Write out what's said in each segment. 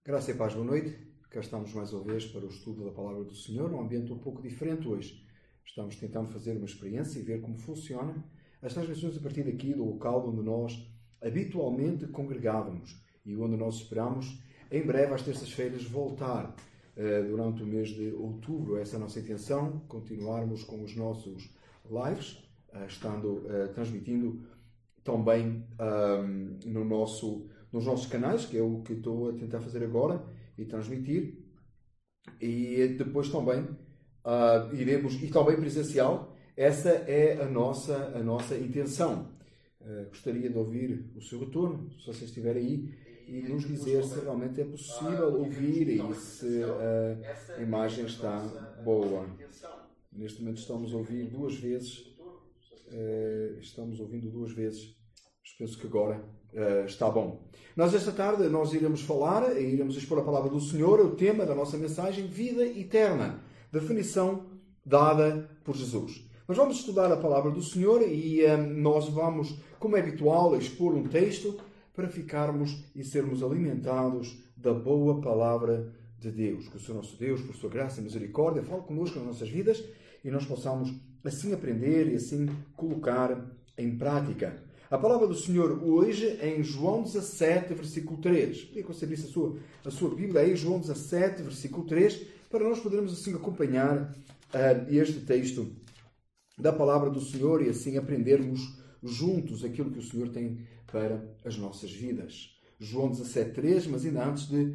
Graça e paz, boa noite. Cá estamos mais uma vez para o estudo da Palavra do Senhor, num ambiente um pouco diferente hoje. Estamos tentando fazer uma experiência e ver como funciona as transmissões a partir daqui, do local onde nós habitualmente congregávamos e onde nós esperamos, em breve, às terças-feiras, voltar durante o mês de outubro. Essa é a nossa intenção, continuarmos com os nossos lives, transmitindo também nos nossos canais, que é o que estou a tentar fazer agora e transmitir, e depois também iremos, e também presencial. Essa é a nossa intenção. Gostaria de ouvir o seu retorno, se você estiver aí, e nos dizer se realmente é possível ouvir e se a imagem está boa. Neste momento estamos a ouvir duas vezes. Mas penso que agora está bom. Nós esta tarde iremos falar, iremos expor a palavra do Senhor, o tema da nossa mensagem, vida eterna, definição dada por Jesus. Nós vamos estudar a palavra do Senhor e nós vamos, como é habitual, expor um texto para ficarmos e sermos alimentados da boa palavra de Deus. Que o Senhor nosso Deus, por sua graça e misericórdia, fale connosco nas nossas vidas e nós possamos assim aprender e assim colocar em prática. A palavra do Senhor hoje é em João 17, versículo 3. Queria que você abrisse a sua Bíblia aí, João 17, versículo 3, para nós podermos assim acompanhar este texto da palavra do Senhor e assim aprendermos juntos aquilo que o Senhor tem para as nossas vidas. João 17, 3, mas ainda antes de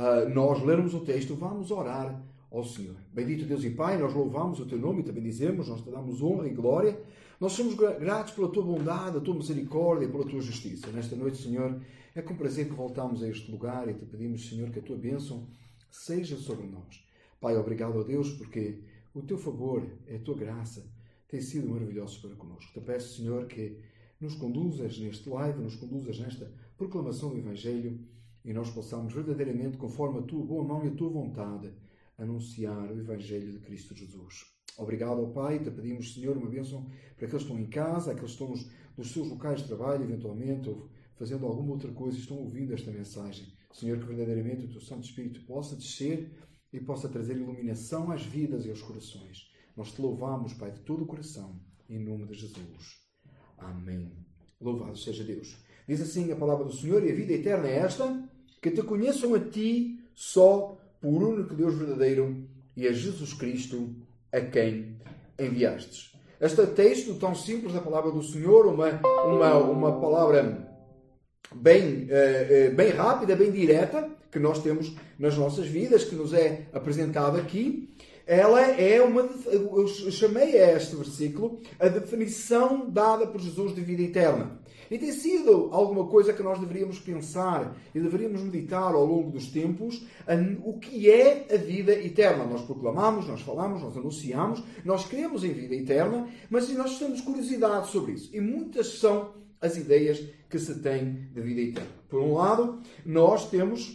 nós lermos o texto, vamos orar ao Senhor. Bendito Deus e Pai, nós louvamos o Teu nome e te bendizemos, nós te damos honra e glória. Nós somos gratos pela Tua bondade, a Tua misericórdia e pela Tua justiça. Nesta noite, Senhor, é com prazer que voltamos a este lugar e te pedimos, Senhor, que a Tua bênção seja sobre nós. Pai, obrigado a Deus, porque o Teu favor, a Tua graça, tem sido maravilhosos para connosco. Te peço, Senhor, que nos conduzas neste live, nos conduzas nesta proclamação do Evangelho e nós possamos verdadeiramente, conforme a Tua boa mão e a Tua vontade, anunciar o Evangelho de Cristo Jesus. Obrigado ao Pai, te pedimos, Senhor, uma bênção para aqueles que estão em casa, aqueles que estão nos seus locais de trabalho, eventualmente, ou fazendo alguma outra coisa e estão ouvindo esta mensagem. Senhor, que verdadeiramente o Teu Santo Espírito possa descer e possa trazer iluminação às vidas e aos corações. Nós te louvamos, Pai, de todo o coração, em nome de Jesus. Amém. Louvado seja Deus. Diz assim a palavra do Senhor, e a vida eterna é esta, que te conheçam a Ti só por único Deus verdadeiro e a Jesus Cristo a quem enviastes. Este texto tão simples da palavra do Senhor, uma palavra bem rápida, bem direta, que nós temos nas nossas vidas, que nos é apresentada aqui. Ela é eu chamei a este versículo a definição dada por Jesus de vida eterna. E tem sido alguma coisa que nós deveríamos pensar e deveríamos meditar ao longo dos tempos, o que é a vida eterna. Nós proclamamos, nós falamos, nós anunciamos, nós cremos em vida eterna, mas nós temos curiosidade sobre isso. E muitas são as ideias que se tem de vida eterna. Por um lado, nós temos...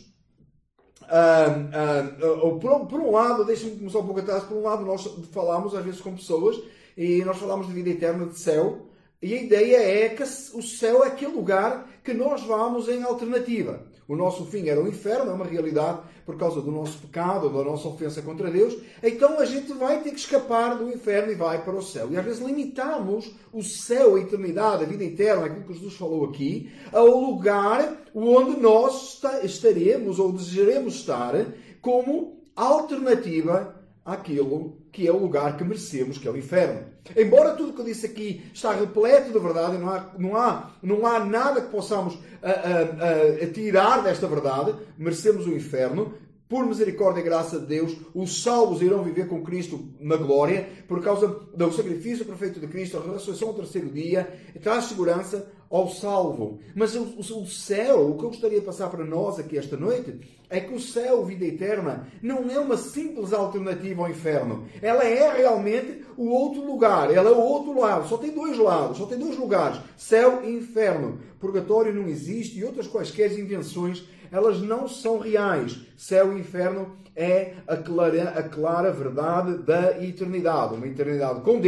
por um lado, deixem-me começar um pouco atrás, por um lado nós falamos às vezes com pessoas e nós falamos de vida eterna, de céu, e a ideia é que o céu é aquele lugar que nós vamos em alternativa. O nosso fim era o inferno, é uma realidade por causa do nosso pecado, da nossa ofensa contra Deus. Então a gente vai ter que escapar do inferno e vai para o céu. E às vezes limitamos o céu, a eternidade, a vida eterna, aquilo que Jesus falou aqui, ao lugar onde nós estaremos ou desejaremos estar como alternativa àquilo que é o lugar que merecemos, que é o inferno. Embora tudo o que eu disse aqui está repleto de verdade, não há nada que possamos tirar desta verdade, merecemos o inferno. Por misericórdia e graça de Deus, os salvos irão viver com Cristo na glória, por causa do sacrifício perfeito de Cristo, a ressurreição ao terceiro dia, traz segurança ao salvo. Mas o céu, o que eu gostaria de passar para nós aqui esta noite, é que o céu, vida eterna, não é uma simples alternativa ao inferno. Ela é realmente o outro lugar, ela é o outro lado. Só tem dois lados, só tem dois lugares, céu e inferno. Purgatório não existe e outras quaisquer invenções, elas não são reais. Céu e inferno é a clara verdade da eternidade. Uma eternidade com Deus,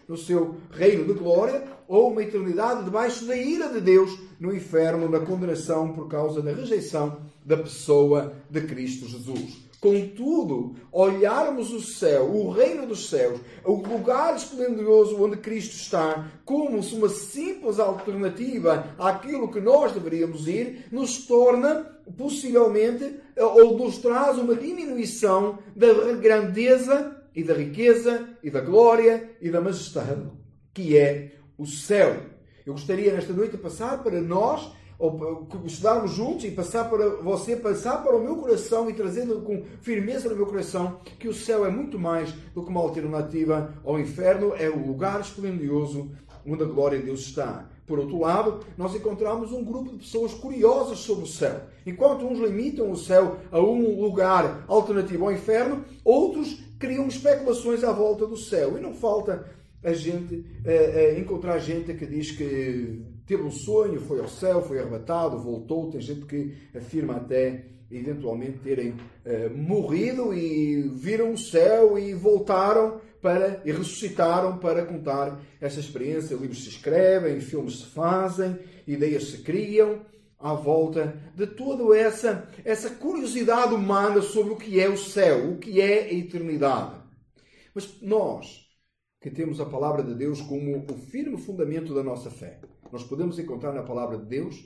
no seu reino de glória, ou uma eternidade debaixo da ira de Deus no inferno, na condenação por causa da rejeição da pessoa de Cristo Jesus. Contudo, olharmos o céu, o reino dos céus, o lugar esplendoroso onde Cristo está, como uma simples alternativa àquilo que nós deveríamos ir, nos torna, possivelmente, ou nos traz uma diminuição da grandeza e da riqueza e da glória e da majestade, que é o céu. Eu gostaria nesta noite de passar para nós, ou estudarmos juntos e passar para você, passar para o meu coração e trazendo com firmeza no meu coração que o céu é muito mais do que uma alternativa ao inferno, é o lugar esplendoroso onde a glória de Deus está. Por outro lado, nós encontramos um grupo de pessoas curiosas sobre o céu. Enquanto uns limitam o céu a um lugar alternativo ao inferno, outros criam especulações à volta do céu. E não falta a gente encontrar gente que diz que teve um sonho, foi ao céu, foi arrebatado, voltou. Tem gente que afirma até, eventualmente, terem morrido e viram o céu e voltaram e ressuscitaram para contar essa experiência. Livros se escrevem, filmes se fazem, ideias se criam à volta de toda essa curiosidade humana sobre o que é o céu, o que é a eternidade. Mas nós, que temos a palavra de Deus como o firme fundamento da nossa fé, nós podemos encontrar na palavra de Deus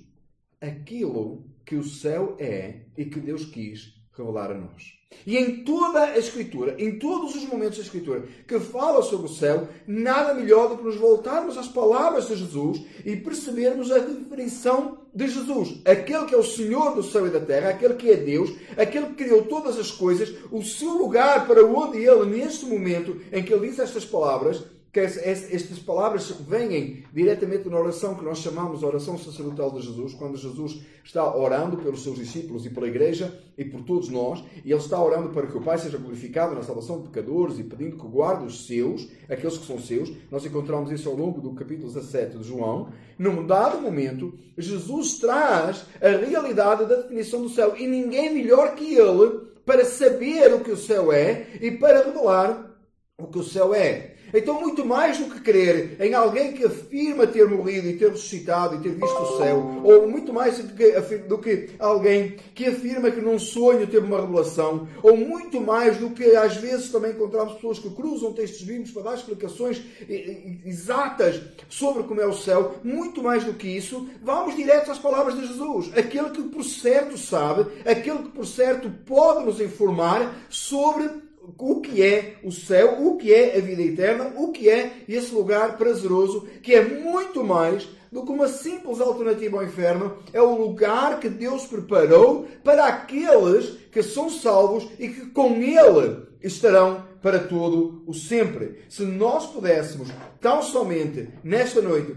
aquilo que o céu é e que Deus quis revelar a nós. E em toda a Escritura, em todos os momentos da Escritura que fala sobre o céu, nada melhor do que nos voltarmos às palavras de Jesus e percebermos a definição de Jesus. Aquele que é o Senhor do céu e da terra, aquele que é Deus, aquele que criou todas as coisas, o seu lugar para onde Ele, neste momento em que Ele diz estas palavras, que estas palavras vêm diretamente na oração que nós chamamos de oração sacerdotal de Jesus, quando Jesus está orando pelos seus discípulos e pela igreja e por todos nós, e Ele está orando para que o Pai seja glorificado na salvação de pecadores e pedindo que guarde os seus, aqueles que são seus. Nós encontramos isso ao longo do capítulo 17 de João. Num dado momento, Jesus traz a realidade da definição do céu, e ninguém melhor que Ele para saber o que o céu é e para revelar o que o céu é. Então, muito mais do que crer em alguém que afirma ter morrido e ter ressuscitado e ter visto o céu, ou muito mais do que alguém que afirma que num sonho teve uma revelação, ou muito mais do que às vezes também encontramos pessoas que cruzam textos bíblicos para dar explicações exatas sobre como é o céu, muito mais do que isso, vamos direto às palavras de Jesus. Aquele que por certo sabe, aquele que por certo pode nos informar sobre o que é o céu, o que é a vida eterna, o que é esse lugar prazeroso, que é muito mais do que uma simples alternativa ao inferno. É o lugar que Deus preparou para aqueles que são salvos e que com Ele estarão para todo o sempre. Se nós pudéssemos, tão somente nesta noite,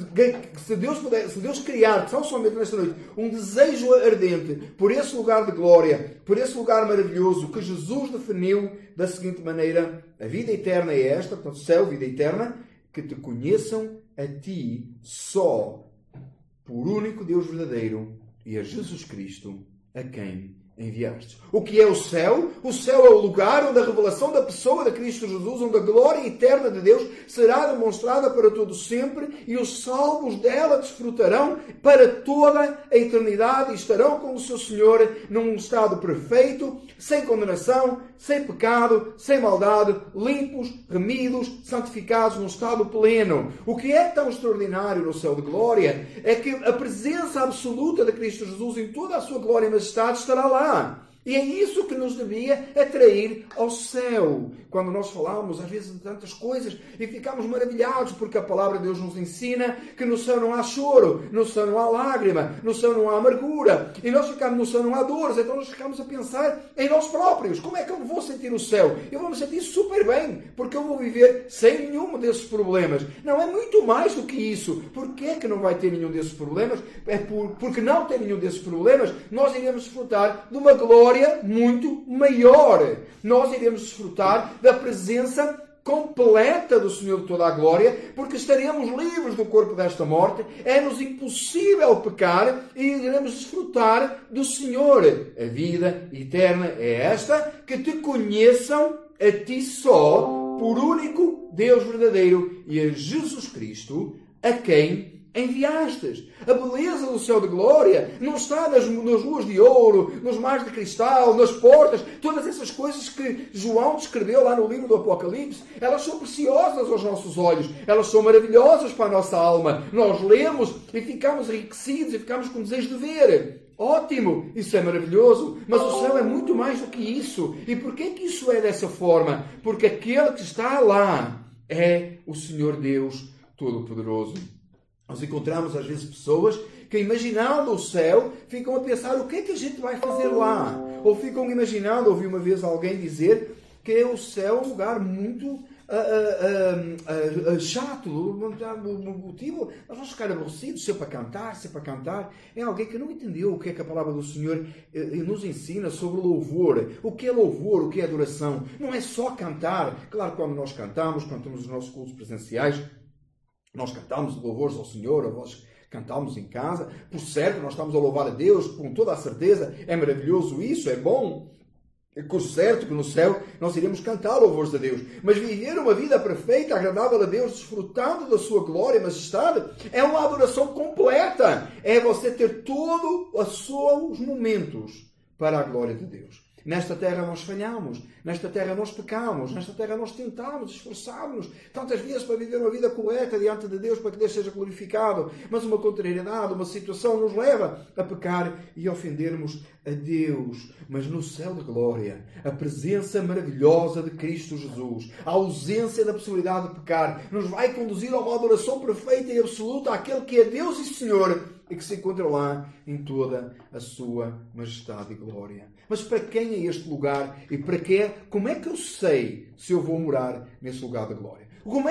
se Deus criar tão somente nesta noite um desejo ardente por esse lugar de glória, por esse lugar maravilhoso que Jesus definiu da seguinte maneira: a vida eterna é esta, portanto, céu, vida eterna, que te conheçam a ti só, por único Deus verdadeiro, e a Jesus Cristo, a quem enviaste. O que é o céu? O céu é o lugar onde a revelação da pessoa de Cristo Jesus, onde a glória eterna de Deus será demonstrada para todo sempre, e os salvos dela desfrutarão para toda a eternidade e estarão com o seu Senhor num estado perfeito, sem condenação, sem pecado, sem maldade, limpos, remidos, santificados num estado pleno. O que é tão extraordinário no céu de glória é que a presença absoluta de Cristo Jesus em toda a sua glória e majestade estará lá. E é isso que nos devia atrair ao céu. Quando nós falamos, às vezes, de tantas coisas e ficamos maravilhados porque a palavra de Deus nos ensina que no céu não há choro, no céu não há lágrima, no céu não há amargura. E nós ficamos, no céu não há dores. Então nós ficamos a pensar em nós próprios. Como é que eu vou sentir o céu? Eu vou me sentir super bem, porque eu vou viver sem nenhum desses problemas. Não, é muito mais do que isso. Porquê é que não vai ter nenhum desses problemas? É porque não ter nenhum desses problemas, nós iremos desfrutar de uma glória muito maior. Nós iremos desfrutar da presença completa do Senhor de toda a glória, porque estaremos livres do corpo desta morte, é-nos impossível pecar e iremos desfrutar do Senhor. A vida eterna é esta, que te conheçam a ti só, por único Deus verdadeiro e a Jesus Cristo, a quem enviastes. A beleza do céu de glória não está nas ruas de ouro, nos mares de cristal, nas portas, todas essas coisas que João descreveu lá no livro do Apocalipse. Elas são preciosas aos nossos olhos, elas são maravilhosas para a nossa alma. Nós lemos e ficamos enriquecidos e ficamos com desejo de ver. Ótimo, isso é maravilhoso, mas o céu é muito mais do que isso. E porquê que isso é dessa forma? Porque aquele que está lá é o Senhor Deus Todo-Poderoso. Nós encontramos às vezes pessoas que, imaginando o céu, ficam a pensar o que é que a gente vai fazer lá. Ou ficam imaginando, ouvi uma vez alguém dizer que o céu é um lugar muito chato. O motivo, nós vamos ficar aborrecidos sempre a cantar, sempre a cantar. É alguém que não entendeu o que é que a palavra do Senhor nos ensina sobre louvor. O que é louvor, o que é adoração. Não é só cantar. Claro, quando nós cantamos, quando temos os nossos cultos presenciais, nós cantamos louvores ao Senhor, ou nós cantamos em casa. Por certo, nós estamos a louvar a Deus com toda a certeza. É maravilhoso isso, é bom. É certo que no céu nós iremos cantar louvores a Deus. Mas viver uma vida perfeita, agradável a Deus, desfrutando da sua glória e majestade, é uma adoração completa. É você ter todos os seus momentos para a glória de Deus. Nesta terra nós falhamos, nesta terra nós pecamos, nesta terra nós tentamos, esforçámos-nos tantas vezes para viver uma vida correta diante de Deus, para que Deus seja glorificado, mas uma contrariedade, uma situação nos leva a pecar e a ofendermos a Deus. Mas no céu de glória, a presença maravilhosa de Cristo Jesus, a ausência da possibilidade de pecar, nos vai conduzir a uma adoração perfeita e absoluta àquele que é Deus e Senhor e que se encontra lá em toda a sua majestade e glória. Mas para quem é este lugar e para quê? Como é que eu sei se eu vou morar nesse lugar de glória?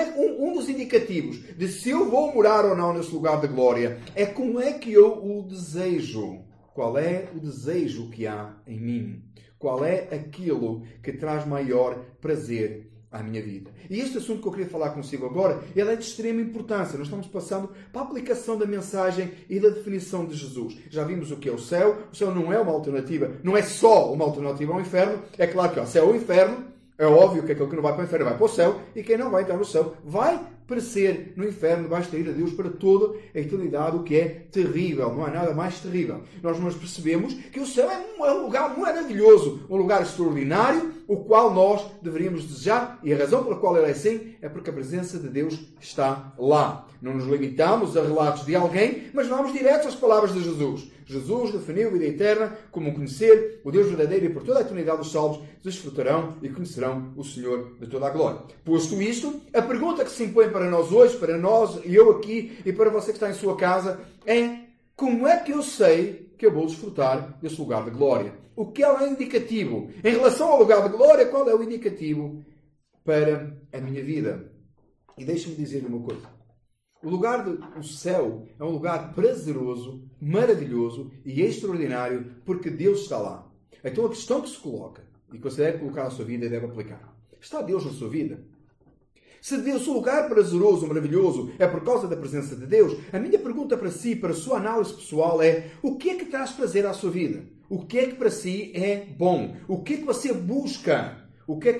Um dos indicativos de se eu vou morar ou não nesse lugar de glória é como é que eu o desejo. Qual é o desejo que há em mim? Qual é aquilo que traz maior prazer à minha vida? E este assunto que eu queria falar consigo agora, ele é de extrema importância. Nós estamos passando para a aplicação da mensagem e da definição de Jesus. Já vimos o que é o céu. O céu não é uma alternativa, não é só uma alternativa ao inferno. É claro que há céu ou inferno. É óbvio que aquele que não vai para o inferno vai para o céu, e quem não vai entrar no céu vai perecer no inferno, vai estar a Deus para toda a eternidade, o que é terrível. Não há nada mais terrível. Nós percebemos que o céu é um lugar maravilhoso, um lugar extraordinário, o qual nós deveríamos desejar, e a razão pela qual ele é assim é porque a presença de Deus está lá. Não nos limitamos a relatos de alguém, mas vamos direto às palavras de Jesus. Jesus definiu a vida eterna como conhecer o Deus verdadeiro, e por toda a eternidade os salvos desfrutarão e conhecerão o Senhor de toda a glória. Posto isto, a pergunta que se impõe para nós hoje, para nós e eu aqui e para você que está em sua casa, é: como é que eu sei que eu vou desfrutar desse lugar de glória? O que é o indicativo? Em relação ao lugar de glória, qual é o indicativo para a minha vida? E deixe-me dizer-lhe uma coisa. O céu é um lugar prazeroso, maravilhoso e extraordinário porque Deus está lá. Então a questão que se coloca e que você deve colocar na sua vida e deve aplicar: está Deus na sua vida? Se o lugar prazeroso, maravilhoso é por causa da presença de Deus, a minha pergunta para si, para a sua análise pessoal é: o que é que traz prazer à sua vida? O que é que para si é bom? O que é que você busca? O que é que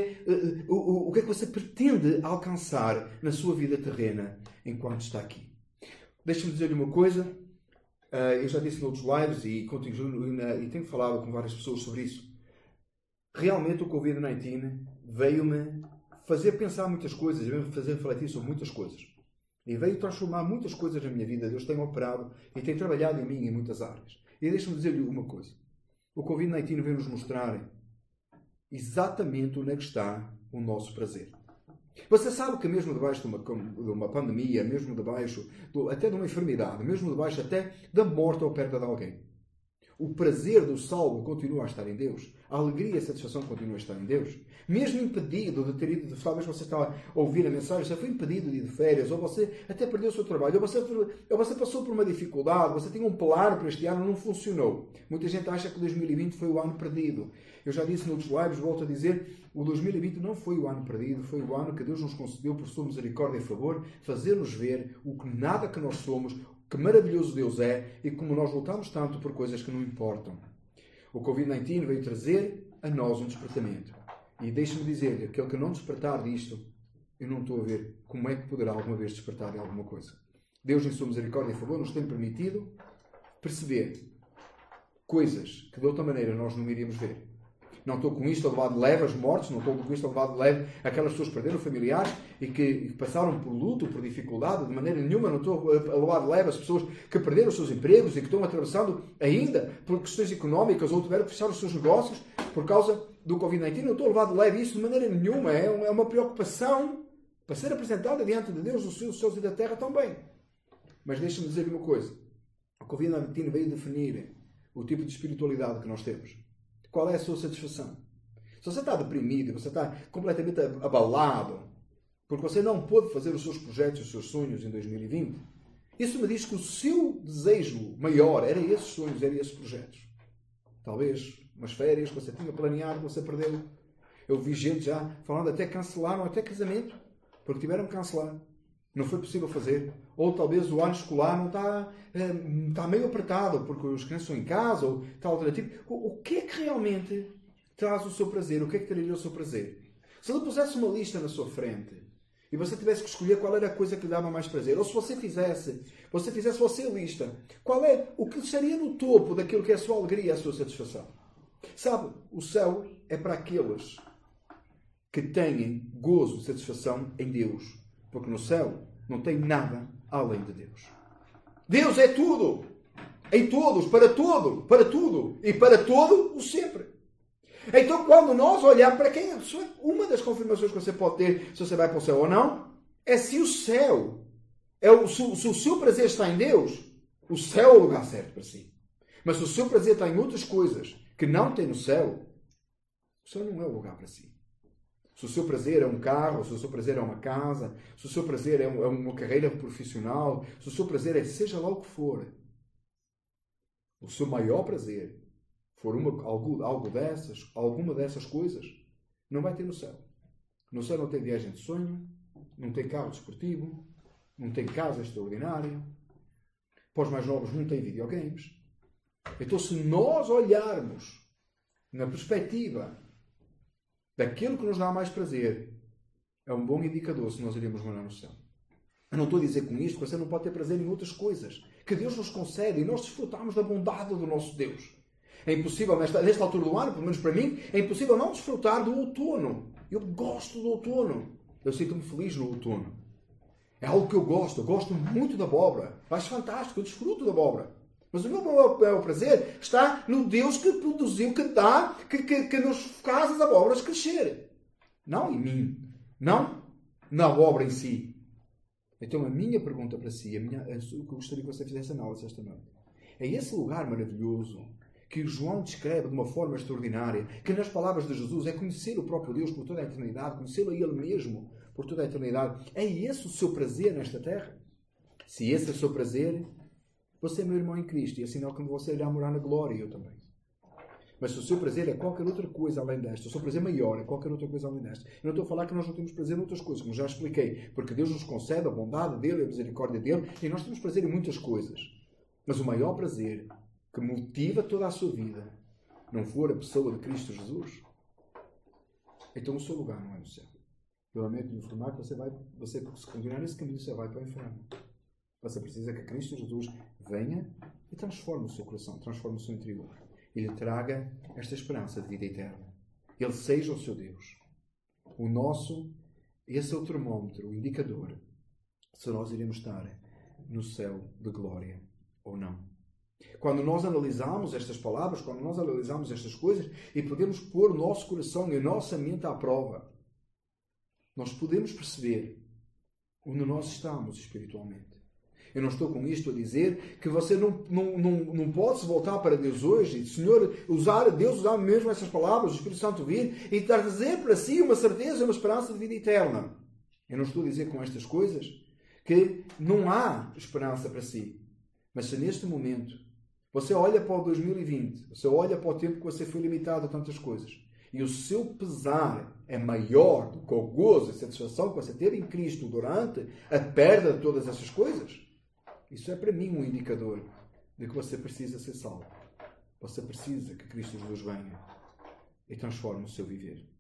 você pretende alcançar na sua vida terrena enquanto está aqui? Deixe-me dizer-lhe uma coisa. Eu já disse noutros lives e tenho falado com várias pessoas sobre isso. Realmente o Covid-19 veio-me fazer pensar muitas coisas, veio-me fazer refletir sobre muitas coisas. E veio transformar muitas coisas na minha vida. Deus tem operado e tem trabalhado em mim em muitas áreas. E deixe-me dizer-lhe uma coisa. O Covid-19 veio nos mostrar exatamente onde é que está o nosso prazer. Você sabe que mesmo debaixo de uma pandemia, mesmo debaixo até de uma enfermidade, mesmo debaixo até da morte ou perda de alguém, o prazer do salvo continua a estar em Deus. A alegria e a satisfação continuam a estar em Deus. Mesmo impedido de ter ido, talvez você está a ouvir a mensagem, você foi impedido de ir de férias, ou você até perdeu o seu trabalho, ou você passou por uma dificuldade, você tinha um plano para este ano, não funcionou. Muita gente acha que 2020 foi o ano perdido. Eu já disse noutros lives, volto a dizer, o 2020 não foi o ano perdido, foi o ano que Deus nos concedeu por sua misericórdia e favor, fazer-nos ver o que nada que nós somos, que maravilhoso Deus é e como nós lutamos tanto por coisas que não importam. O Covid-19 veio trazer a nós um despertamento. E deixe-me dizer-lhe, aquele que não despertar disto, eu não estou a ver como é que poderá alguma vez despertar em alguma coisa. Deus, em sua misericórdia e favor, nos tem permitido perceber coisas que de outra maneira nós não iríamos ver. Não estou com isto a levar de leve as mortes, não estou com isto a levar de leve aquelas pessoas que perderam familiares e que passaram por luto, por dificuldade, de maneira nenhuma. Não estou a levar de leve as pessoas que perderam os seus empregos e que estão atravessando ainda por questões económicas ou tiveram que fechar os seus negócios por causa do Covid-19. Não estou a levar de leve isso de maneira nenhuma. É uma preocupação para ser apresentada diante de Deus, dos céus e da terra também. Mas deixe-me dizer-lhe uma coisa. O Covid-19 veio definir o tipo de espiritualidade que nós temos. Qual é a sua satisfação? Se você está deprimido, você está completamente abalado, porque você não pôde fazer os seus projetos, os seus sonhos em 2020, isso me diz que o seu desejo maior era esses sonhos, eram esses projetos. Talvez umas férias que você tinha planeado, que você perdeu. Eu vi gente já falando até cancelaram até casamento, porque tiveram que cancelar. Não foi possível fazer. Ou talvez o ano escolar não está meio apertado, porque os crianças estão em casa, ou está alternativo. O que é que realmente traz o seu prazer? O que é que traria o seu prazer? Se ele pusesse uma lista na sua frente, e você tivesse que escolher qual era a coisa que lhe dava mais prazer, ou se você fizesse você a lista, qual é o que estaria no topo daquilo que é a sua alegria e a sua satisfação? Sabe, o céu é para aqueles que têm gozo e satisfação em Deus. Porque no céu não tem nada além de Deus. Deus é tudo. Em todos, para tudo e para todo o sempre. Então, quando nós olhamos para quem é uma das confirmações que você pode ter se você vai para o céu ou não, é se o céu, se o seu prazer está em Deus, o céu é o lugar certo para si. Mas se o seu prazer está em outras coisas que não tem no céu, o céu não é o lugar para si. Se o seu prazer é um carro, se o seu prazer é uma casa, se o seu prazer é uma carreira profissional, se o seu prazer é seja lá o que for, o seu maior prazer for alguma dessas coisas, não vai ter no céu. No céu não tem viagem de sonho, não tem carro desportivo, não tem casa extraordinária. Para os mais novos não tem videogames. Então, se nós olharmos na perspectiva daquilo que nos dá mais prazer, é um bom indicador se nós iremos morar no céu. Eu não estou a dizer com isto que você não pode ter prazer em outras coisas que Deus nos concede e nós desfrutamos da bondade do nosso Deus. É impossível, nesta altura do ano, pelo menos para mim, é impossível não desfrutar do outono. Eu gosto do outono. Eu sinto-me feliz no outono. É algo que eu gosto muito da abóbora. Acho fantástico, eu desfruto da abóbora. Mas o meu prazer está no Deus que produziu, que dá, que nos faz as abóboras crescer. Não em mim. Não na abóbora em si. Então a minha pergunta para si, o que eu gostaria que você fizesse análise esta noite, é esse lugar maravilhoso que João descreve de uma forma extraordinária, que nas palavras de Jesus é conhecer o próprio Deus por toda a eternidade, conhecê-lo a Ele mesmo por toda a eternidade. É esse o seu prazer nesta terra? Se esse é o seu prazer, você é meu irmão em Cristo e é sinal que você irá morar na glória e eu também. Mas se o seu prazer é qualquer outra coisa além desta, o seu prazer maior é qualquer outra coisa além desta. Eu não estou a falar que nós não temos prazer em outras coisas, como já expliquei, porque Deus nos concede a bondade dEle, a misericórdia dEle, e nós temos prazer em muitas coisas. Mas o maior prazer que motiva toda a sua vida não for a pessoa de Cristo Jesus, então o seu lugar não é no céu. Eu lamento lhe informar que você se continuar nesse caminho, você vai para o inferno. Você precisa que Cristo Jesus venha e transforme o seu coração, transforme o seu interior. E lhe traga esta esperança de vida eterna. Ele seja o seu Deus. Esse é o termómetro, o indicador, se nós iremos estar no céu de glória ou não. Quando nós analisamos estas palavras, quando nós analisamos estas coisas e podemos pôr o nosso coração e a nossa mente à prova, nós podemos perceber onde nós estamos espiritualmente. Eu não estou com isto a dizer que você não pode se voltar para Deus hoje e Deus usar mesmo essas palavras, o Espírito Santo vir e trazer para si uma certeza e uma esperança de vida eterna. Eu não estou a dizer com estas coisas que não há esperança para si. Mas se neste momento você olha para o 2020, você olha para o tempo que você foi limitado a tantas coisas, e o seu pesar é maior do que o gozo e satisfação que você teve em Cristo durante a perda de todas essas coisas, isso é para mim um indicador de que você precisa ser salvo. Você precisa que Cristo Jesus venha e transforme o seu viver.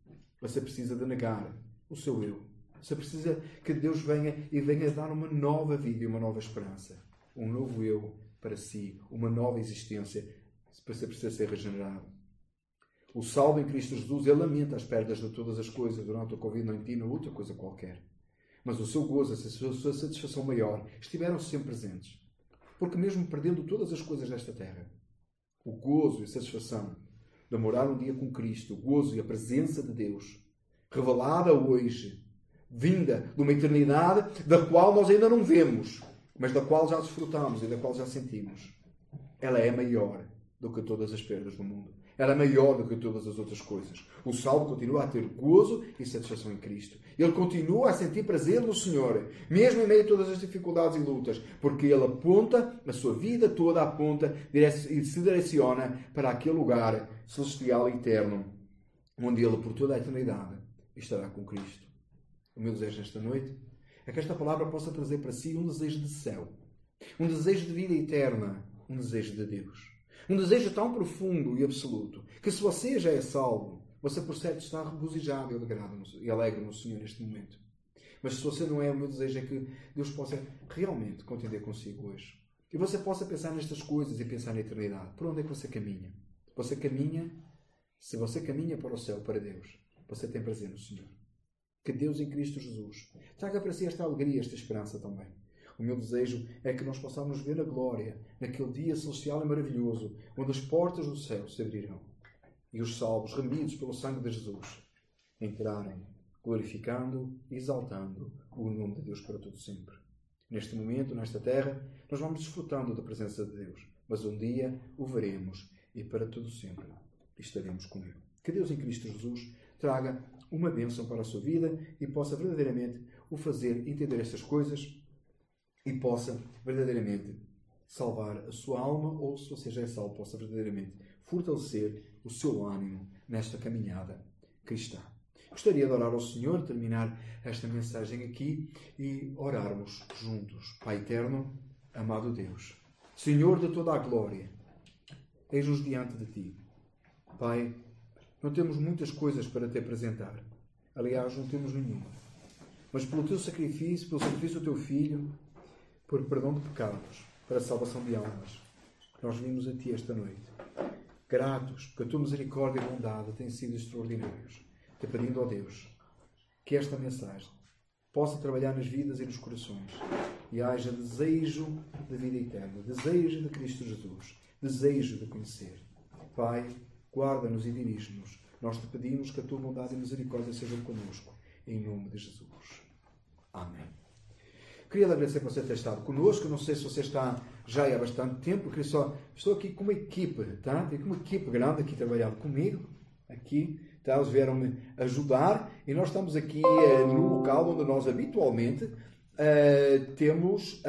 Você precisa de negar o seu eu. Você precisa que Deus venha dar uma nova vida e uma nova esperança. Um novo eu para si, uma nova existência. Você precisa ser regenerado. O salvo em Cristo Jesus, ele lamenta as perdas de todas as coisas durante o Covid-19 ou outra coisa qualquer. Mas o seu gozo, a sua satisfação maior, estiveram sempre presentes. Porque mesmo perdendo todas as coisas desta terra, o gozo e a satisfação de morar um dia com Cristo, o gozo e a presença de Deus, revelada hoje, vinda de uma eternidade da qual nós ainda não vemos, mas da qual já desfrutamos e da qual já sentimos, ela é maior do que todas as perdas do mundo. Ela é maior do que todas as outras coisas. O salvo continua a ter gozo e satisfação em Cristo. Ele continua a sentir prazer no Senhor, mesmo em meio a todas as dificuldades e lutas, porque ele aponta, a sua vida toda aponta e se direciona para aquele lugar celestial e eterno, onde ele, por toda a eternidade, estará com Cristo. O meu desejo esta noite é que esta palavra possa trazer para si um desejo de céu, um desejo de vida eterna, um desejo de Deus. Um desejo tão profundo e absoluto que, se você já é salvo, você por certo está regozijado e alegre no Senhor neste momento. Mas se você não é, o meu desejo é que Deus possa realmente contender consigo hoje. E você possa pensar nestas coisas e pensar na eternidade. Por onde é que você caminha? Se você caminha para o céu, para Deus, você tem prazer no Senhor. Que Deus em Cristo Jesus traga para si esta alegria, esta esperança também. O meu desejo é que nós possamos ver a glória naquele dia celestial e maravilhoso, onde as portas do céu se abrirão e os salvos, remidos pelo sangue de Jesus, entrarem, glorificando e exaltando o nome de Deus para todo sempre. Neste momento, nesta terra, nós vamos desfrutando da presença de Deus, mas um dia o veremos e para todo sempre estaremos com Ele. Que Deus em Cristo Jesus traga uma bênção para a sua vida e possa verdadeiramente o fazer entender estas coisas e possa verdadeiramente salvar a sua alma, ou, se você já é salvo, possa verdadeiramente fortalecer o seu ânimo nesta caminhada cristã. Gostaria de orar ao Senhor, terminar esta mensagem aqui e orarmos juntos. Pai eterno, amado Deus, Senhor de toda a glória, eis-nos diante de Ti. Pai, não temos muitas coisas para Te apresentar. Aliás, não temos nenhuma. Mas pelo Teu sacrifício, pelo sacrifício do Teu Filho, por perdão de pecados, para a salvação de almas, nós vimos a Ti esta noite. Gratos, porque a Tua misericórdia e bondade têm sido extraordinários. Te pedindo, ó Deus, que esta mensagem possa trabalhar nas vidas e nos corações e haja desejo de vida eterna, desejo de Cristo Jesus, desejo de conhecer. Pai, guarda-nos e dirige-nos. Nós te pedimos que a Tua bondade e misericórdia sejam connosco. Em nome de Jesus. Amém. Queria agradecer por você ter estado connosco. Não sei se você está já há bastante tempo. Estou aqui com uma equipe, tá? Tenho uma equipe grande aqui trabalhando comigo. Aqui, tá? Eles vieram-me ajudar. E nós estamos aqui no local onde nós habitualmente temos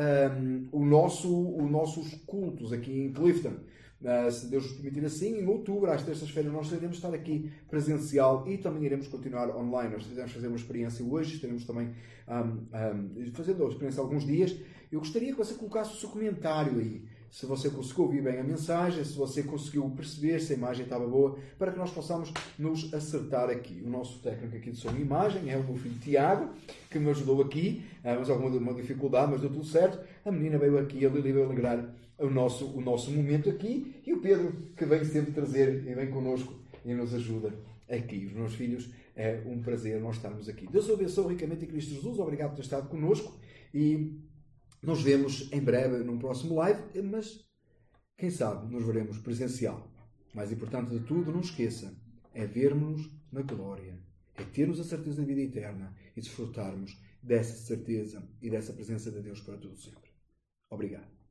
os nossos cultos aqui em Clifton. Se Deus nos permitir assim, em outubro, às terças-feiras, nós iremos estar aqui presencial e também iremos continuar online. Nós iremos fazer uma experiência hoje, estaremos também fazendo a experiência alguns dias. Eu gostaria que você colocasse o seu comentário aí, se você conseguiu ouvir bem a mensagem, se você conseguiu perceber se a imagem estava boa, para que nós possamos nos acertar aqui. O nosso técnico aqui de som e imagem é o meu filho Tiago, que me ajudou aqui, mas alguma dificuldade, mas deu tudo certo. A menina veio aqui, a Lili veio alegrar o nosso momento aqui, e o Pedro, que vem sempre trazer e vem connosco e nos ajuda aqui. Os meus filhos, é um prazer nós estarmos aqui. Deus o abençoe ricamente em Cristo Jesus. Obrigado por ter estado connosco e nos vemos em breve num próximo live, mas quem sabe nos veremos presencial. Mais importante de tudo, não esqueça, é vermos-nos na glória, é termos a certeza da vida eterna e desfrutarmos dessa certeza e dessa presença de Deus para todo sempre. Obrigado.